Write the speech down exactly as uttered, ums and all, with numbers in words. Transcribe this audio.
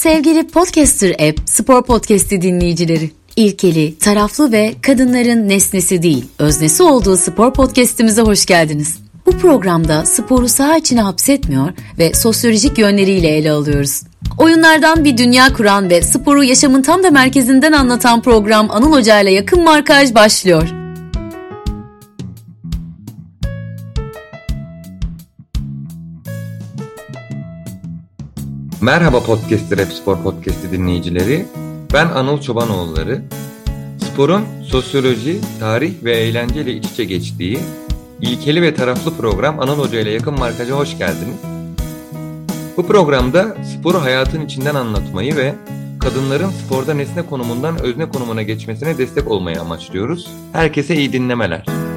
Sevgili Podcaster App Spor Podcast'i dinleyicileri, ilkeli, taraflı ve kadınların nesnesi değil, öznesi olduğu spor podcast'imize hoş geldiniz. Bu programda sporu saha içine hapsetmiyor ve sosyolojik yönleriyle ele alıyoruz. Oyunlardan bir dünya kuran ve sporu yaşamın tam da merkezinden anlatan program Anıl Hoca ile Yakın Markaj başlıyor. Merhaba Podcaster Rap Spor Podcast'i dinleyicileri. Ben Anıl Çobanoğulları. Sporun sosyoloji, tarih ve eğlenceyle iç içe geçtiği ilkeli ve taraflı program Anıl Hoca ile Yakın Markaja hoş geldiniz. Bu programda sporu hayatın içinden anlatmayı ve kadınların sporda nesne konumundan özne konumuna geçmesine destek olmayı amaçlıyoruz. Herkese iyi dinlemeler.